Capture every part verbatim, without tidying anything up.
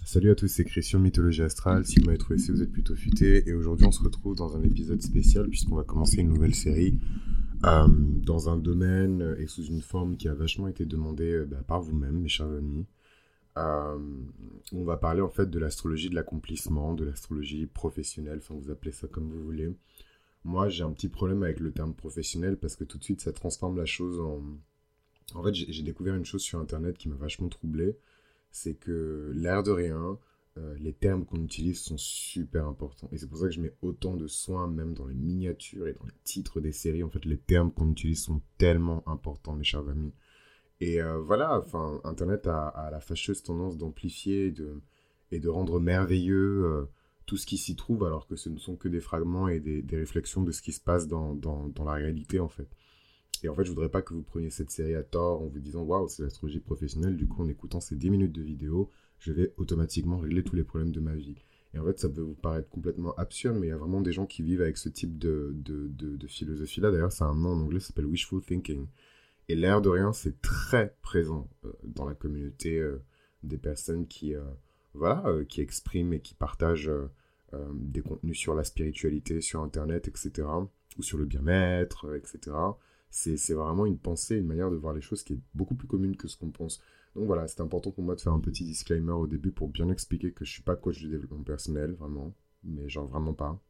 Salut à tous, c'est Christian de Mythologie Astrale. Si vous m'avez trouvé, si vous êtes plutôt futé. Et aujourd'hui, on se retrouve dans un épisode spécial puisqu'on va commencer une nouvelle série euh, dans un domaine et sous une forme qui a vachement été demandée euh, bah, par vous-même, mes chers amis. Euh, on va parler en fait de l'astrologie de l'accomplissement, de l'astrologie professionnelle, enfin vous appelez ça comme vous voulez. Moi, j'ai un petit problème avec le terme professionnel parce que tout de suite, ça transforme la chose en... En fait, j'ai j'ai découvert une chose sur Internet qui m'a vachement troublé. C'est que l'air de rien, euh, les termes qu'on utilise sont super importants. Et c'est pour ça que je mets autant de soin, même dans les miniatures et dans les titres des séries. En fait, les termes qu'on utilise sont tellement importants, mes chers amis. Et euh, voilà, enfin, Internet a, a la fâcheuse tendance d'amplifier et de, et de rendre merveilleux euh, tout ce qui s'y trouve, alors que ce ne sont que des fragments et des, des réflexions de ce qui se passe dans, dans, dans la réalité, en fait. Et en fait, je voudrais pas que vous preniez cette série à tort en vous disant waouh, c'est l'astrologie professionnelle. Du coup, en écoutant ces dix minutes de vidéo, je vais automatiquement régler tous les problèmes de ma vie. Et en fait, ça peut vous paraître complètement absurde, mais il y a vraiment des gens qui vivent avec ce type de, de, de, de philosophie-là. D'ailleurs, c'est un nom en anglais, ça s'appelle wishful thinking. Et l'air de rien, c'est très présent euh, dans la communauté euh, des personnes qui, euh, voilà, euh, qui expriment et qui partagent euh, euh, des contenus sur la spiritualité, sur Internet, et cetera. Ou sur le bien-être, euh, et cetera. C'est, c'est vraiment une pensée, une manière de voir les choses qui est beaucoup plus commune que ce qu'on pense. Donc voilà, c'est important pour moi de faire un petit disclaimer au début pour bien expliquer que je suis pas coach de développement personnel, vraiment, mais genre vraiment pas,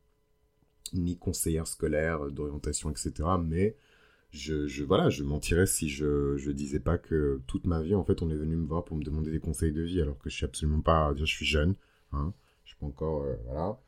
ni conseillère scolaire d'orientation, et cetera. Mais je, je, voilà, je mentirais si je, je disais pas que toute ma vie, en fait, on est venu me voir pour me demander des conseils de vie, alors que je suis absolument pas, dire, je suis jeune, hein, je suis pas encore, euh, voilà.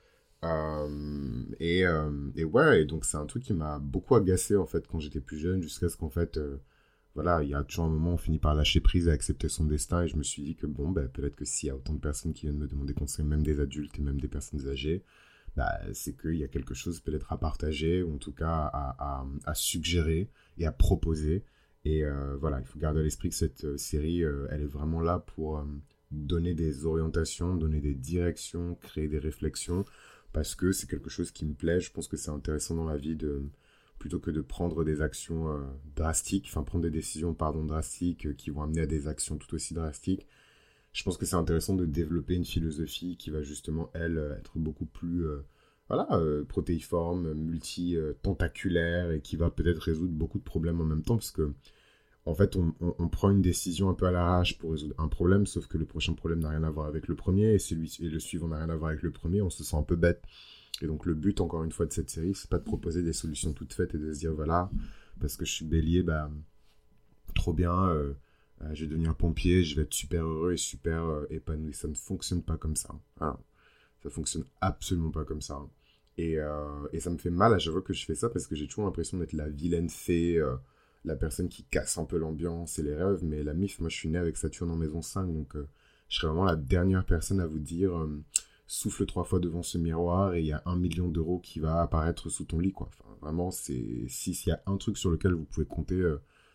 Euh, et, euh, et ouais, et donc c'est un truc qui m'a beaucoup agacé, en fait, quand j'étais plus jeune, jusqu'à ce qu'en fait, euh, voilà, il y a toujours un moment où on finit par lâcher prise et accepter son destin, et je me suis dit que bon, ben, peut-être que s'il y a autant de personnes qui viennent me demander conseil, même des adultes et même des personnes âgées, bah, c'est qu'il y a quelque chose peut-être à partager, ou en tout cas à, à, à suggérer et à proposer. Et euh, voilà, il faut garder à l'esprit que cette euh, série, euh, elle est vraiment là pour euh, donner des orientations, donner des directions, créer des réflexions, parce que c'est quelque chose qui me plaît. Je pense que c'est intéressant dans la vie de, plutôt que de prendre des actions euh, drastiques, enfin prendre des décisions, pardon, drastiques euh, qui vont amener à des actions tout aussi drastiques. Je pense que c'est intéressant de développer une philosophie qui va justement, elle, être beaucoup plus euh, voilà, euh, protéiforme, multi-tentaculaire et qui va peut-être résoudre beaucoup de problèmes en même temps parce que, en fait, on, on, on prend une décision un peu à l'arrache pour résoudre un problème, sauf que le prochain problème n'a rien à voir avec le premier et, celui, et le suivant n'a rien à voir avec le premier, on se sent un peu bête. Et donc, le but, encore une fois, de cette série, c'est pas de proposer des solutions toutes faites et de se dire, voilà, parce que je suis bélier, bah, trop bien. Euh, Euh, je vais devenir pompier, je vais être super heureux et super euh, épanoui. Ça ne fonctionne pas comme ça. Hein. Ça fonctionne absolument pas comme ça. Et, euh, et ça me fait mal à chaque fois que je fais ça parce que j'ai toujours l'impression d'être la vilaine fée, euh, la personne qui casse un peu l'ambiance et les rêves. Mais la mif, moi je suis né avec Saturne en maison cinq, donc euh, je serais vraiment la dernière personne à vous dire euh, souffle trois fois devant ce miroir et il y a un million d'euros qui va apparaître sous ton lit, quoi. Enfin, vraiment, c'est si s'il y a un truc sur lequel vous pouvez compter. Euh,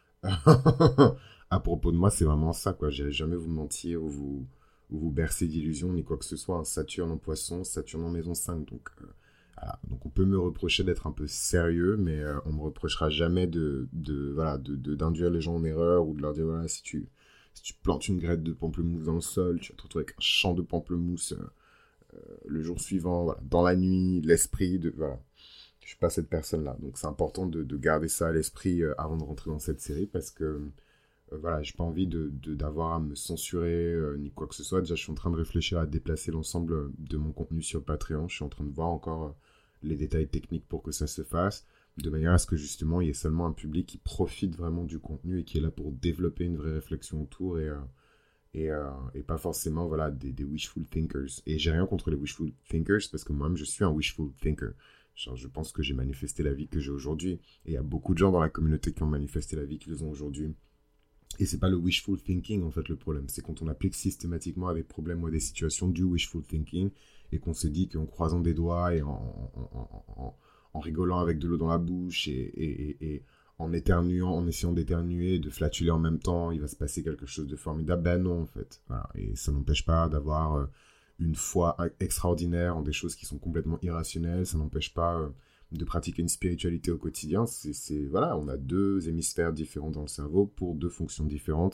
à propos de moi, c'est vraiment ça, quoi. J'irai jamais vous mentir ou vous, ou vous bercer d'illusions ni quoi que ce soit. Un Saturne en poisson, Saturne en maison cinq. Donc, euh, voilà. Donc on peut me reprocher d'être un peu sérieux, mais euh, on me reprochera jamais de, de, voilà, de, de, d'induire les gens en erreur ou de leur dire, voilà, si tu, si tu plantes une graine de pamplemousse dans le sol, tu vas te retrouver avec un champ de pamplemousse euh, euh, le jour suivant, voilà, dans la nuit, l'esprit de... Voilà. Je suis pas cette personne-là. Donc c'est important de, de garder ça à l'esprit euh, avant de rentrer dans cette série parce que euh, voilà, j'ai pas envie de, de, d'avoir à me censurer euh, ni quoi que ce soit. Déjà, je suis en train de réfléchir à déplacer l'ensemble de mon contenu sur Patreon. Je suis en train de voir encore euh, les détails techniques pour que ça se fasse, de manière à ce que justement il y ait seulement un public qui profite vraiment du contenu et qui est là pour développer une vraie réflexion autour et, euh, et, euh, et pas forcément voilà, des, des wishful thinkers. Et j'ai rien contre les wishful thinkers parce que moi-même je suis un wishful thinker. Genre, je pense que j'ai manifesté la vie que j'ai aujourd'hui. Et il y a beaucoup de gens dans la communauté qui ont manifesté la vie qu'ils ont aujourd'hui. Et c'est pas le wishful thinking, en fait, le problème. C'est quand on applique systématiquement à des problèmes ou à des situations du wishful thinking et qu'on se dit qu'en croisant des doigts et en, en, en, en, en rigolant avec de l'eau dans la bouche et, et, et, et en éternuant, en essayant d'éternuer et de flatuler en même temps, il va se passer quelque chose de formidable. Ben non, en fait. Voilà. Et ça n'empêche pas d'avoir... Euh, une foi extraordinaire en des choses qui sont complètement irrationnelles. Ça n'empêche pas euh, de pratiquer une spiritualité au quotidien. C'est, c'est, voilà, on a deux hémisphères différents dans le cerveau pour deux fonctions différentes.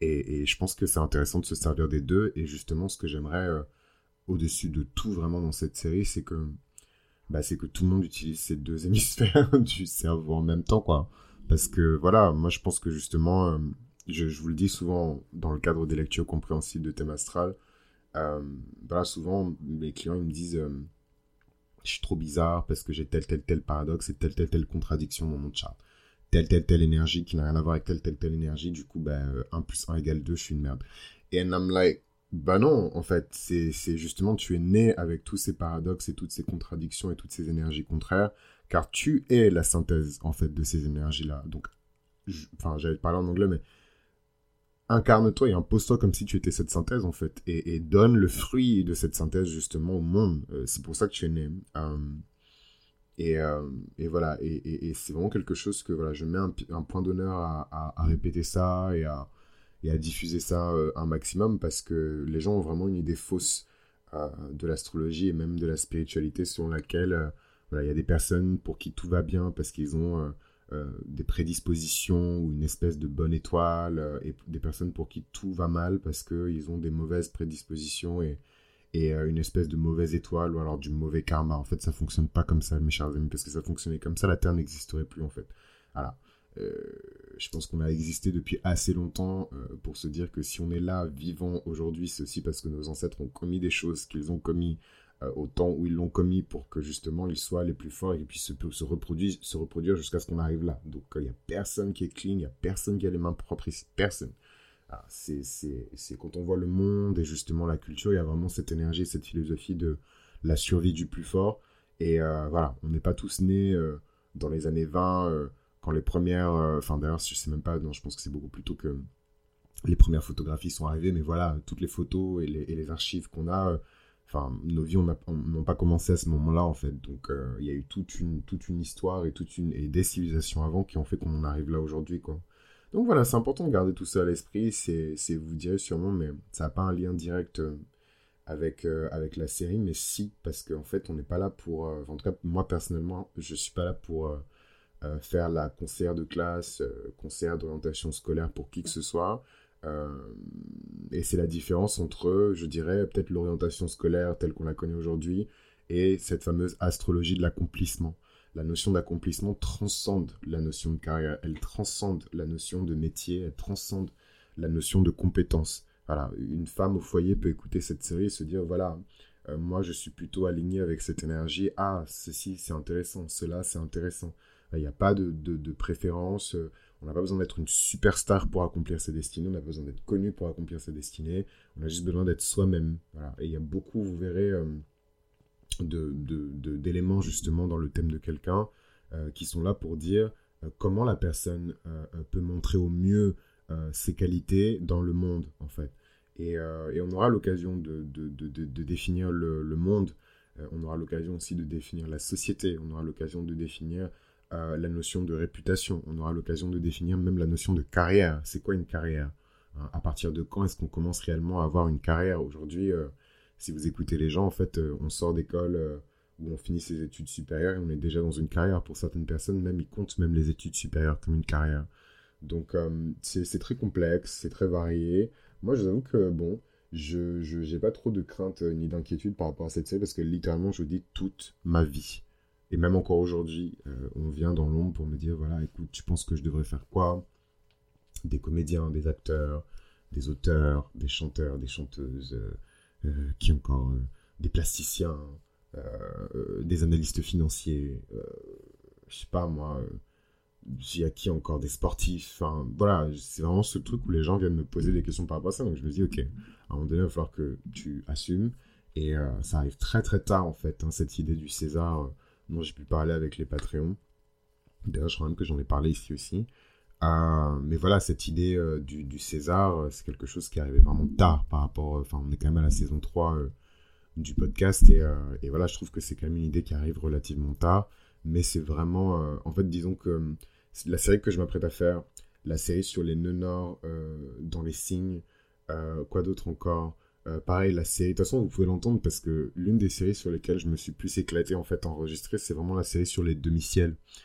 Et, et je pense que c'est intéressant de se servir des deux. Et justement, ce que j'aimerais euh, au-dessus de tout vraiment dans cette série, c'est que, bah, c'est que tout le monde utilise ces deux hémisphères du cerveau en même temps, quoi. Parce que voilà, moi je pense que justement, euh, je, je vous le dis souvent dans le cadre des lectures compréhensibles de thème astral, euh, voilà, souvent mes clients ils me disent euh, je suis trop bizarre parce que j'ai tel tel tel paradoxe et telle telle telle contradiction dans mon chart. Telle telle telle énergie qui n'a rien à voir avec telle telle telle énergie, du coup, bah, euh, un plus un égale deux, je suis une merde. Et I'm like, bah non, en fait, c'est, c'est justement, tu es né avec tous ces paradoxes et toutes ces contradictions et toutes ces énergies contraires, car tu es la synthèse, en fait, de ces énergies-là. Donc, je- enfin, j'allais te parler en anglais, mais incarne-toi et impose-toi comme si tu étais cette synthèse, en fait, et, et donne le fruit de cette synthèse, justement, au monde. Euh, c'est pour ça que tu es né. Euh, et, euh, et voilà, et, et, et c'est vraiment quelque chose que voilà, je mets un, un point d'honneur à, à, à répéter ça et à, et à diffuser ça euh, un maximum parce que les gens ont vraiment une idée fausse euh, de l'astrologie et même de la spiritualité selon laquelle euh, voilà, il y a des personnes pour qui tout va bien parce qu'ils ont euh, euh, des prédispositions ou une espèce de bonne étoile euh, et des personnes pour qui tout va mal parce qu'ils ont des mauvaises prédispositions et et euh, une espèce de mauvaise étoile ou alors du mauvais karma. En fait, ça fonctionne pas comme ça, mes chers amis, parce que ça fonctionnait comme ça, la Terre n'existerait plus, en fait. Voilà. Euh, je pense qu'on a existé depuis assez longtemps euh, pour se dire que si on est là, vivant aujourd'hui, c'est aussi parce que nos ancêtres ont commis des choses qu'ils ont commis euh, au temps où ils l'ont commis pour que justement ils soient les plus forts et qu'ils puissent se, se reproduire, se reproduire jusqu'à ce qu'on arrive là. Donc il euh, n'y a personne qui est clean, il n'y a personne qui a les mains propres ici, personne. Ah, c'est, c'est, c'est quand on voit le monde et justement la culture, il y a vraiment cette énergie, cette philosophie de la survie du plus fort. Et euh, voilà, on n'est pas tous nés euh, dans les années vingt, euh, quand les premières... euh, Enfin d'ailleurs, je sais même pas, non, je pense que c'est beaucoup plus tôt que les premières photographies sont arrivées, mais voilà, toutes les photos et les, et les archives qu'on a, euh, enfin, nos vies n'ont pas commencé à ce moment-là, en fait. Donc, euh, il y a eu toute une, toute une histoire et, toute une, et des civilisations avant qui ont fait qu'on en arrive là aujourd'hui, quoi. Donc voilà, c'est important de garder tout ça à l'esprit. C'est, c'est vous direz sûrement, mais ça n'a pas un lien direct euh, avec, euh, avec la série, mais si, parce qu'en fait, on n'est pas là pour... euh, en tout cas, moi, personnellement, je suis pas là pour euh, euh, faire la conseillère de classe, euh, conseillère d'orientation scolaire pour qui que ce soit. Euh, et c'est la différence entre, je dirais, peut-être l'orientation scolaire telle qu'on la connaît aujourd'hui et cette fameuse astrologie de l'accomplissement. La notion d'accomplissement transcende la notion de carrière, elle transcende la notion de métier, elle transcende la notion de compétence. Voilà, une femme au foyer peut écouter cette série et se dire, voilà, euh, moi je suis plutôt aligné avec cette énergie, ah, ceci c'est intéressant, cela c'est intéressant. Il n'y a pas de, de, de préférence, euh, on n'a pas besoin d'être une superstar pour accomplir ses destinées, on n'a pas besoin d'être connu pour accomplir ses destinées, on a juste besoin d'être soi-même. Voilà. Et il y a beaucoup, vous verrez... Euh, de, de, de, d'éléments justement dans le thème de quelqu'un euh, qui sont là pour dire euh, comment la personne euh, peut montrer au mieux euh, ses qualités dans le monde en fait. Et, euh, et on aura l'occasion de, de, de, de, de définir le, le monde, euh, on aura l'occasion aussi de définir la société, on aura l'occasion de définir euh, la notion de réputation, on aura l'occasion de définir même la notion de carrière. C'est quoi une carrière, hein? À partir de quand est-ce qu'on commence réellement à avoir une carrière? Aujourd'hui, euh, si vous écoutez les gens, en fait, euh, on sort d'école euh, où on finit ses études supérieures et on est déjà dans une carrière. Pour certaines personnes, même, ils comptent même les études supérieures comme une carrière. Donc, euh, c'est, c'est très complexe, c'est très varié. Moi, je vous avoue que, bon, je je- j'ai pas trop de crainte euh, ni d'inquiétude par rapport à cette série parce que littéralement, je vous dis toute ma vie. Et même encore aujourd'hui, euh, on vient dans l'ombre pour me dire, voilà, écoute, tu penses que je devrais faire quoi? Des comédiens, des acteurs, des auteurs, des chanteurs, des chanteuses, euh, euh, qui encore euh, des plasticiens, euh, euh, des analystes financiers, euh, je sais pas moi, euh, il y a qui encore des sportifs, enfin voilà, c'est vraiment ce truc où les gens viennent me poser des questions par rapport à ça, donc je me dis ok, à un moment donné il va falloir que tu assumes, et euh, ça arrive très très tard en fait, hein, cette idée du César euh, dont j'ai pu parler avec les Patreons, d'ailleurs je crois même que j'en ai parlé ici aussi. Euh, mais voilà, cette idée euh, du, du César, euh, c'est quelque chose qui est arrivé vraiment tard par rapport... Enfin, euh, on est quand même à la saison trois euh, du podcast. Et, euh, et voilà, je trouve que c'est quand même une idée qui arrive relativement tard. Mais c'est vraiment... euh, en fait, disons que euh, la série que je m'apprête à faire, la série sur les nœuds nord euh, dans les signes, euh, quoi d'autre encore, euh, pareil, la série... De toute façon, vous pouvez l'entendre parce que l'une des séries sur lesquelles je me suis plus éclaté en fait à enregistrer, c'est vraiment la série sur les demi-ciels.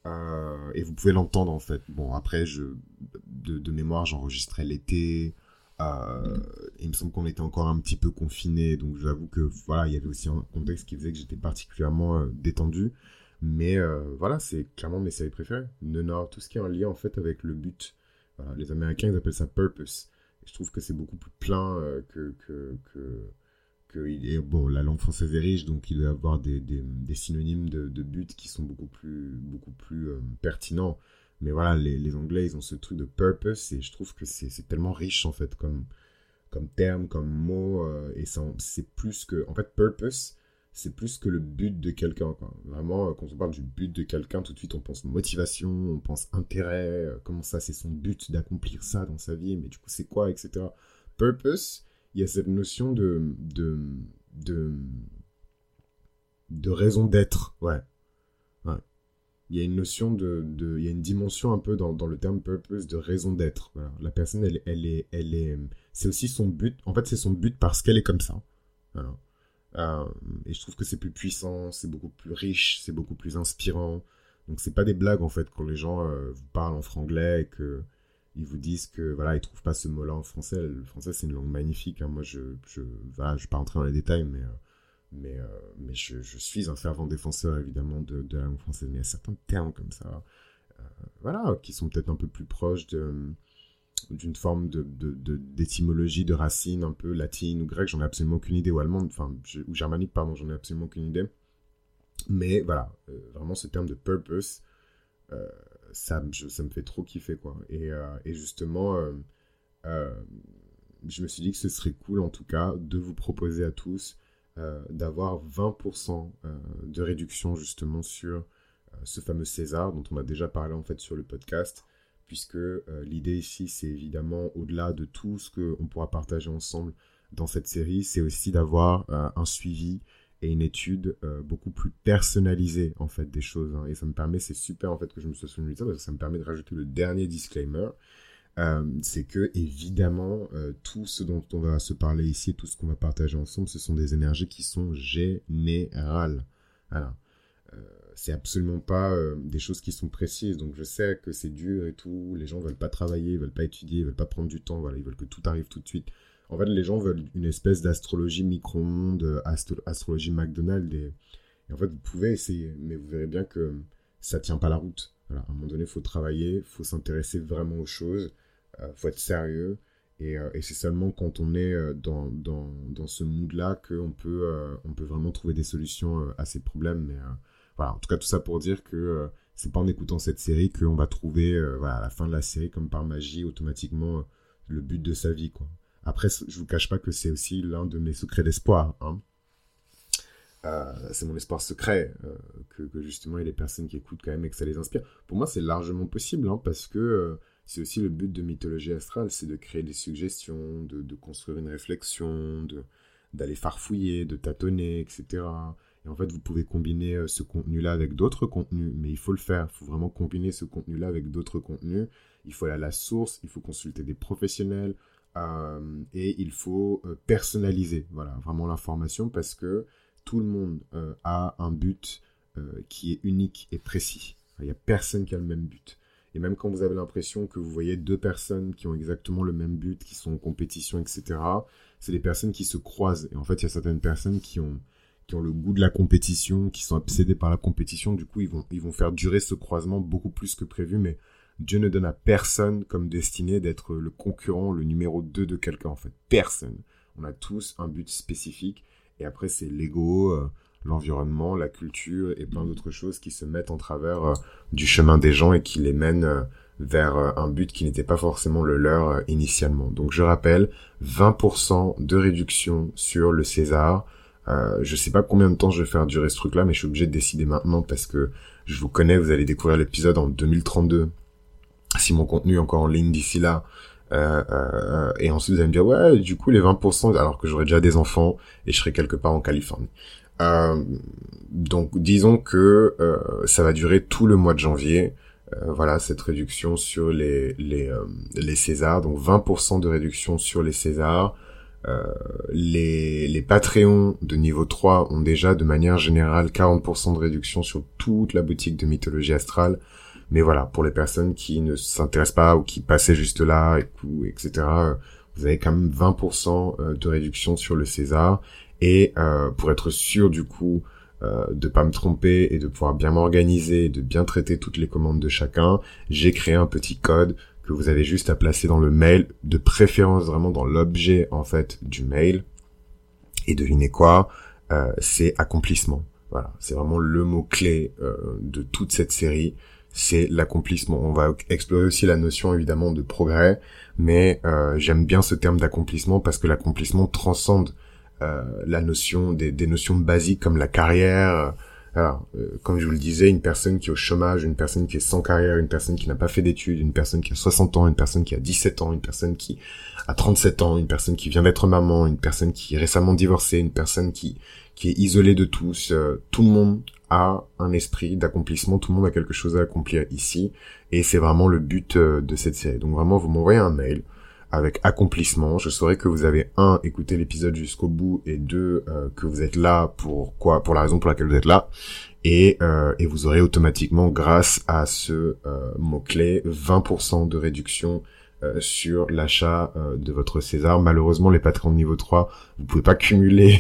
Euh, et vous pouvez l'entendre en fait. Bon, après, je, de, de mémoire, j'enregistrais l'été. Euh, il me semble qu'on était encore un petit peu confinés, donc j'avoue que voilà, il y avait aussi un contexte qui faisait que j'étais particulièrement euh, détendu. Mais euh, voilà, c'est clairement mes séries préférées. Nona, tout ce qui est en lien en fait avec le but. Voilà, les Américains, ils appellent ça purpose. Et je trouve que c'est beaucoup plus plein euh, que, que, que, que il est, bon, la langue française est riche, donc il doit y avoir des, des, des synonymes de, de but qui sont beaucoup plus, beaucoup plus euh, pertinents. Mais voilà, les, les Anglais, ils ont ce truc de purpose et je trouve que c'est, c'est tellement riche en fait comme, comme terme, comme mot. Euh, et ça, c'est plus que. En fait, purpose, c'est plus que le but de quelqu'un, quoi. Vraiment, euh, quand on parle du but de quelqu'un, tout de suite, on pense motivation, on pense intérêt. Euh, comment ça, c'est son but d'accomplir ça dans sa vie, mais du coup, c'est quoi, et cetera. Purpose, il y a cette notion de. de, de, de raison d'être, ouais. Ouais. Il y a une notion de, de, il y a une dimension un peu dans, dans le terme purpose de raison d'être. Voilà. La personne, elle, elle est, elle est, c'est aussi son but. En fait, c'est son but parce qu'elle est comme ça. Voilà. Euh, et je trouve que c'est plus puissant, c'est beaucoup plus riche, c'est beaucoup plus inspirant. Donc c'est pas des blagues en fait quand les gens euh, vous parlent en franglais et que ils vous disent que voilà ils trouvent pas ce mot-là en français. Le français c'est une langue magnifique. Hein. Moi je, je, voilà, je vais pas rentrer dans les détails, mais euh, Mais, euh, mais je, je suis un fervent défenseur, évidemment, de, de la langue française. Mais il y a certains termes comme ça, euh, voilà, qui sont peut-être un peu plus proches de, d'une forme de, de, de, d'étymologie, de racine un peu latine ou grecque. J'en ai absolument aucune idée, ou allemande, enfin, je- ou germanique, pardon, j'en ai absolument aucune idée. Mais voilà, euh, vraiment, ce terme de purpose, euh, ça, je- ça me fait trop kiffer, quoi. Et, euh, et justement, euh, euh, je me suis dit que ce serait cool, en tout cas, de vous proposer à tous euh, d'avoir vingt pour cent euh, de réduction justement sur euh, ce fameux César dont on a déjà parlé en fait sur le podcast, puisque euh, l'idée ici c'est évidemment au-delà de tout ce qu'on pourra partager ensemble dans cette série, c'est aussi d'avoir euh, un suivi et une étude euh, beaucoup plus personnalisée en fait des choses, hein. Et ça me permet, c'est super en fait que je me sois souvenu de ça parce que ça me permet de rajouter le dernier disclaimer. Euh, c'est que évidemment euh, tout ce dont on va se parler ici, tout ce qu'on va partager ensemble, ce sont des énergies qui sont générales. Voilà. Euh, c'est absolument pas euh, des choses qui sont précises. Donc je sais que c'est dur et tout. Les gens veulent pas travailler, ils veulent pas étudier, ils veulent pas prendre du temps. Voilà, ils veulent que tout arrive tout de suite. En fait, les gens veulent une espèce d'astrologie micro-ondes, astro- astrologie McDonald's. Et, et en fait, vous pouvez essayer, mais vous verrez bien que ça tient pas la route. Voilà, à un moment donné, il faut travailler, il faut s'intéresser vraiment aux choses. Euh, faut être sérieux et, euh, et c'est seulement quand on est euh, dans, dans, dans ce mood-là qu'on peut, euh, on peut vraiment trouver des solutions euh, à ces problèmes. Mais euh, voilà, en tout cas, tout ça pour dire que euh, c'est pas en écoutant cette série qu'on va trouver euh, voilà, à la fin de la série, comme par magie, automatiquement euh, le but de sa vie, quoi. Après, je vous cache pas que c'est aussi l'un de mes secrets d'espoir, hein. Euh, c'est mon espoir secret euh, que, que justement il y ait des personnes qui écoutent quand même et que ça les inspire. Pour moi, c'est largement possible, hein, parce que euh, c'est aussi le but de Mythologie Astrale, c'est de créer des suggestions, de, de construire une réflexion, de, d'aller farfouiller, de tâtonner, et cetera. Et en fait, vous pouvez combiner euh, ce contenu-là avec d'autres contenus, mais il faut le faire. Il faut vraiment combiner ce contenu-là avec d'autres contenus. Il faut aller à la source, il faut consulter des professionnels, euh, et il faut euh, personnaliser, voilà, vraiment l'information, parce que tout le monde euh, a un but euh, qui est unique et précis. Il n'y a personne qui a le même but. Et même quand vous avez l'impression que vous voyez deux personnes qui ont exactement le même but, qui sont en compétition, et cetera, c'est des personnes qui se croisent. Et en fait, il y a certaines personnes qui ont, qui ont le goût de la compétition, qui sont obsédées par la compétition. Du coup, ils vont, ils vont faire durer ce croisement beaucoup plus que prévu. Mais Dieu ne donne à personne comme destinée d'être le concurrent, le numéro deux de quelqu'un, en fait. Personne. On a tous un but spécifique. Et après, c'est l'ego, euh, l'environnement, la culture et plein d'autres choses qui se mettent en travers euh, du chemin des gens et qui les mènent euh, vers euh, un but qui n'était pas forcément le leur euh, initialement. Donc je rappelle, vingt pour cent de réduction sur le César. Euh, je sais pas combien de temps je vais faire durer ce truc-là, mais je suis obligé de décider maintenant parce que je vous connais, vous allez découvrir l'épisode en deux mille trente-deux. Si mon contenu est encore en ligne d'ici là. Euh, euh, et ensuite vous allez me dire ouais du coup les vingt pour cent alors que j'aurai déjà des enfants et je serai quelque part en Californie. Euh, donc disons que euh, ça va durer tout le mois de janvier. Euh, voilà cette réduction sur les les euh, les Césars, donc vingt pour cent de réduction sur les Césars. Euh, les, les Patreons de niveau trois ont déjà de manière générale quarante pour cent de réduction sur toute la boutique de Mythologie Astrale. Mais voilà, pour les personnes qui ne s'intéressent pas ou qui passaient juste là, et cetera, vous avez quand même vingt pour cent de réduction sur le César. Et euh, pour être sûr du coup euh, de pas me tromper et de pouvoir bien m'organiser et de bien traiter toutes les commandes de chacun, j'ai créé un petit code que vous avez juste à placer dans le mail, de préférence vraiment dans l'objet en fait du mail. Et devinez quoi, euh, c'est accomplissement. Voilà, c'est vraiment le mot-clé euh, de toute cette série, c'est l'accomplissement. On va explorer aussi la notion évidemment de progrès, mais euh, j'aime bien ce terme d'accomplissement parce que l'accomplissement transcende euh, la notion des, des notions basiques comme la carrière. Alors, euh, comme je vous le disais, une personne qui est au chômage, une personne qui est sans carrière, une personne qui n'a pas fait d'études, une personne qui a soixante ans, une personne qui a dix-sept ans, une personne qui a trente-sept ans, une personne qui vient d'être maman, une personne qui est récemment divorcée, une personne qui qui est isolée de tous. Euh, tout le monde a un esprit d'accomplissement, tout le monde a quelque chose à accomplir ici, et c'est vraiment le but euh, de cette série. Donc vraiment, vous m'envoyez un mail avec accomplissement, je saurai que vous avez un, écouté l'épisode jusqu'au bout, et deux, euh, que vous êtes là pour quoi, pour la raison pour laquelle vous êtes là, et euh, et vous aurez automatiquement, grâce à ce euh, mot-clé, vingt pour cent de réduction euh, sur l'achat euh, de votre César. Malheureusement, les patrons de niveau trois, vous pouvez pas cumuler,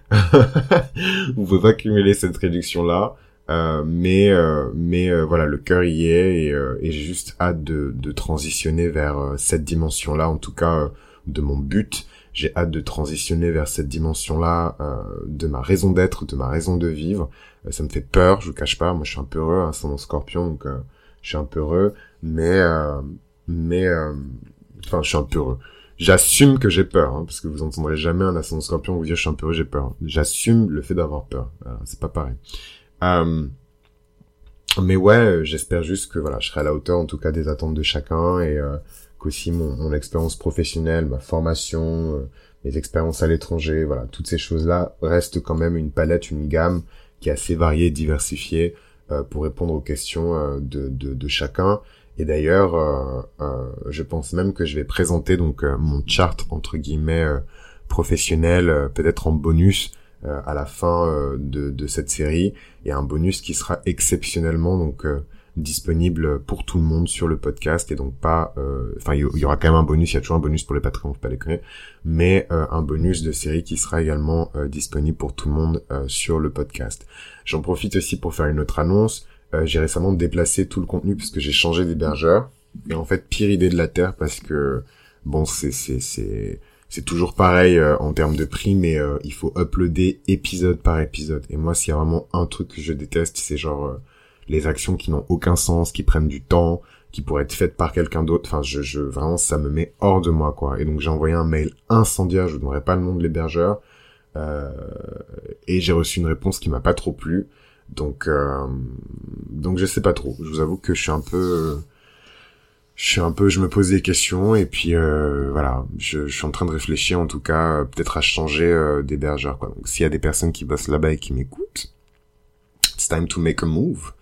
vous pouvez pas cumuler cette réduction-là. Euh, mais euh, mais euh, voilà, le cœur y est, et, euh, et j'ai juste hâte de, de transitionner vers euh, cette dimension-là, en tout cas euh, de mon but. J'ai hâte de transitionner vers cette dimension-là euh, de ma raison d'être, de ma raison de vivre. Euh, ça me fait peur, je vous cache pas, moi je suis un peu heureux, hein, c'est mon Scorpion, donc euh, je suis un peu heureux, mais euh, mais euh, enfin je suis un peu heureux. J'assume que j'ai peur, hein, parce que vous entendrez jamais un ascendant Scorpion vous dire je suis un peu heureux, j'ai peur. J'assume le fait d'avoir peur, voilà, c'est pas pareil. Euh, mais ouais, j'espère juste que voilà, je serai à la hauteur en tout cas des attentes de chacun, et euh, qu'aussi mon, mon expérience professionnelle, ma formation, euh, mes expériences à l'étranger, voilà, toutes ces choses-là restent quand même une palette, une gamme qui est assez variée, diversifiée euh, pour répondre aux questions euh, de, de, de chacun. Et d'ailleurs, euh, euh, je pense même que je vais présenter donc euh, mon chart entre guillemets euh, professionnel, euh, peut-être en bonus. Euh, à la fin euh, de, de cette série, et un bonus qui sera exceptionnellement donc euh, disponible pour tout le monde sur le podcast, et donc pas enfin euh, il y aura quand même un bonus, il y a toujours un bonus pour les patrons, faut pas les connaître, mais euh, un bonus de série qui sera également euh, disponible pour tout le monde euh, sur le podcast. J'en profite aussi pour faire une autre annonce. Euh, j'ai récemment déplacé tout le contenu parce que j'ai changé d'hébergeur, et en fait pire idée de la terre, parce que bon c'est c'est c'est c'est toujours pareil euh, en termes de prix, mais euh, il faut uploader épisode par épisode. Et moi, s'il y a vraiment un truc que je déteste, c'est genre euh, les actions qui n'ont aucun sens, qui prennent du temps, qui pourraient être faites par quelqu'un d'autre. Enfin, je, je vraiment, ça me met hors de moi, quoi. Et donc, j'ai envoyé un mail incendiaire, je ne donnerai pas le nom de l'hébergeur, euh, et j'ai reçu une réponse qui m'a pas trop plu. Donc, euh, donc je sais pas trop. Je vous avoue que je suis un peu... Je suis un peu, je me pose des questions, et puis euh, voilà, je, je suis en train de réfléchir en tout cas, euh, peut-être à changer euh, d'hébergeur, quoi. Donc s'il y a des personnes qui bossent là-bas et qui m'écoutent, it's time to make a move,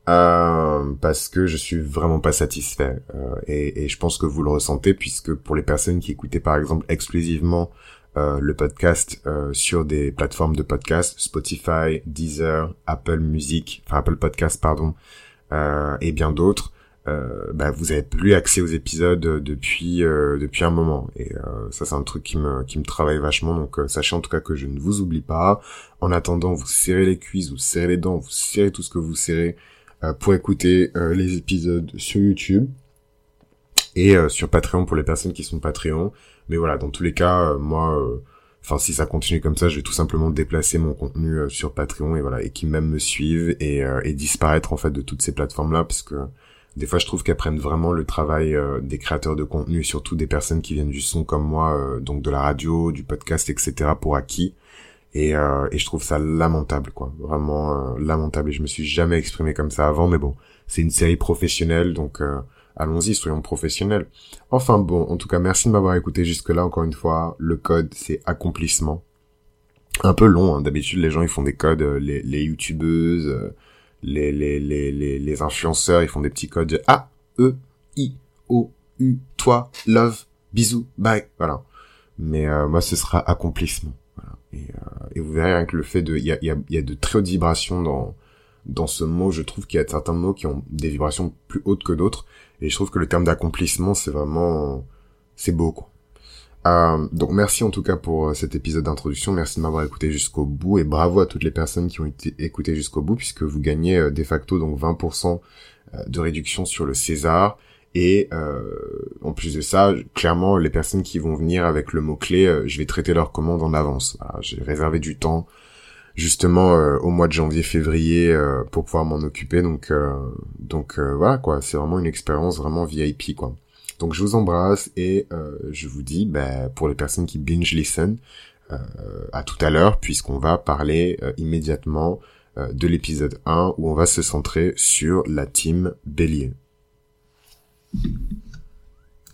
euh, parce que je suis vraiment pas satisfait, euh, et, et je pense que vous le ressentez, puisque pour les personnes qui écoutaient par exemple exclusivement euh, le podcast euh, sur des plateformes de podcast, Spotify, Deezer, Apple Music, enfin Apple Podcast pardon, euh, et bien d'autres. Euh, bah vous avez plus accès aux épisodes depuis euh, depuis un moment, et euh, ça c'est un truc qui me qui me travaille vachement, donc euh, sachez en tout cas que je ne vous oublie pas. En attendant, vous serrez les cuisses, vous serrez les dents, vous serrez tout ce que vous serrez euh, pour écouter euh, les épisodes sur YouTube et euh, sur Patreon pour les personnes qui sont Patreon. Mais voilà, dans tous les cas, euh, moi enfin euh, si ça continue comme ça, je vais tout simplement déplacer mon contenu euh, sur Patreon, et voilà, et qui même me suivent, et euh, et disparaître en fait de toutes ces plateformes là, parce que des fois, je trouve qu'elles prennent vraiment le travail euh, des créateurs de contenu, et surtout des personnes qui viennent du son comme moi, euh, donc de la radio, du podcast, et cetera, pour acquis. Et, euh, et je trouve ça lamentable, quoi. Vraiment euh, lamentable. Et je me suis jamais exprimé comme ça avant, mais bon, c'est une série professionnelle, donc euh, allons-y, soyons professionnels. Enfin bon, en tout cas, merci de m'avoir écouté jusque-là. Encore une fois, le code, c'est accomplissement. Un peu long, hein. D'habitude, les gens, ils font des codes, euh, les, les youtubeuses... Euh, Les, les, les, les, les influenceurs, ils font des petits codes A, E, I, O, U, toi, love, bisous, bye, voilà. mais euh, moi ce sera accomplissement. Voilà. Et, euh, et vous verrez avec le fait de, il y a, il y a, il y a de très hautes vibrations dans dans ce mot. Je trouve qu'il y a certains mots qui ont des vibrations plus hautes que d'autres, et je trouve que le terme d'accomplissement, c'est vraiment, c'est beau, quoi. Euh, donc merci en tout cas pour cet épisode d'introduction, merci de m'avoir écouté jusqu'au bout, et bravo à toutes les personnes qui ont été écoutées jusqu'au bout, puisque vous gagnez euh, de facto donc vingt pour cent de réduction sur le César. Et euh, en plus de ça, clairement, les personnes qui vont venir avec le mot-clé, euh, je vais traiter leur commande en avance. Voilà, j'ai réservé du temps, justement, euh, au mois de janvier-février, euh, pour pouvoir m'en occuper. Donc, euh, donc euh, voilà, quoi. C'est vraiment une expérience vraiment V I P, quoi. Donc, je vous embrasse et euh, je vous dis, bah, pour les personnes qui binge listen, euh, à tout à l'heure, puisqu'on va parler euh, immédiatement euh, de l'épisode un, où on va se centrer sur la team Bélier. Thank you.